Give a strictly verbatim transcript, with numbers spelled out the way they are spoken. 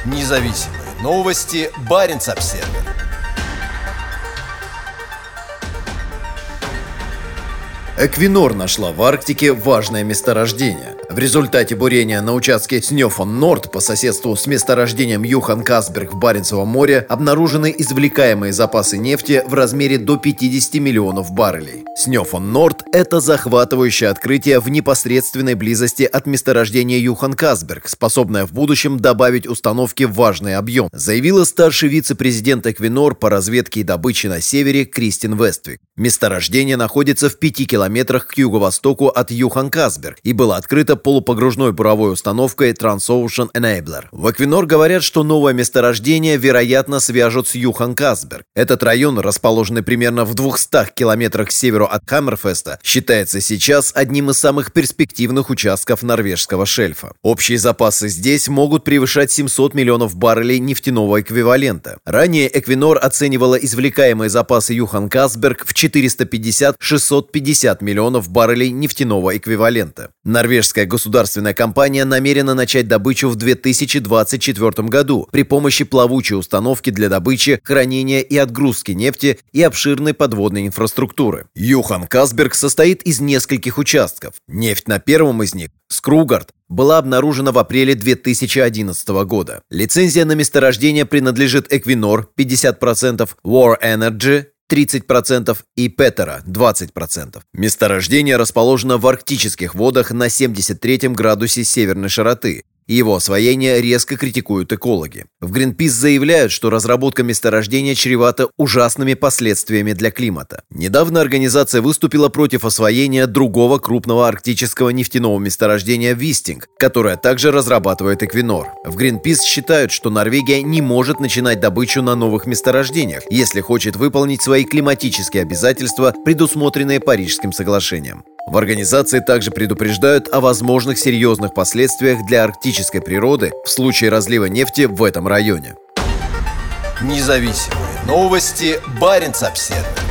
Независимые новости. Баренц-Обсервер. Эквинор нашла в Арктике важное месторождение. В результате бурения на участке Снёфон-Норд по соседству с месторождением Юхан-Касберг в Баренцевом море обнаружены извлекаемые запасы нефти в размере до пятидесяти миллионов баррелей. Снёфон-Норд – это захватывающее открытие в непосредственной близости от месторождения Юхан-Касберг, способное в будущем добавить установке важный объем, заявила старший вице-президент Эквинор по разведке и добыче на севере Кристин Вествик. Месторождение находится в пяти километрах к юго-востоку от Юхан-Касберг и было открыто полупогружной буровой установкой Transocean Enabler. В Эквинор говорят, что новое месторождение, вероятно, свяжут с Юхан-Касберг. Этот район, расположенный примерно в двухстах километрах к северу от Хаммерфеста, считается сейчас одним из самых перспективных участков норвежского шельфа. Общие запасы здесь могут превышать семьсот миллионов баррелей нефтяного эквивалента. Ранее Эквинор оценивала извлекаемые запасы Юхан-Касберг в четыреста пятьдесят - шестьсот пятьдесят миллионов баррелей нефтяного эквивалента. Норвежская государственная компания намерена начать добычу в две тысячи двадцать четвёртом году при помощи плавучей установки для добычи, хранения и отгрузки нефти и обширной подводной инфраструктуры. Юхан-Касберг состоит из нескольких участков. Нефть на первом из них, Скругард, была обнаружена в апреле две тысячи одиннадцатого года. Лицензия на месторождение принадлежит Эквинор пятьдесят процентов, War Energy тридцать процентов и Петера двадцать процентов. Месторождение расположено в арктических водах на семьдесят третьем градусе северной широты. И его освоение резко критикуют экологи. В Greenpeace заявляют, что разработка месторождения чревата ужасными последствиями для климата. Недавно организация выступила против освоения другого крупного арктического нефтяного месторождения Вистинг, которое также разрабатывает Эквинор. В Greenpeace считают, что Норвегия не может начинать добычу на новых месторождениях, если хочет выполнить свои климатические обязательства, предусмотренные Парижским соглашением. В организации также предупреждают о возможных серьезных последствиях для арктической природы в случае разлива нефти в этом районе. Независимые новости. Баренц-Обсервер.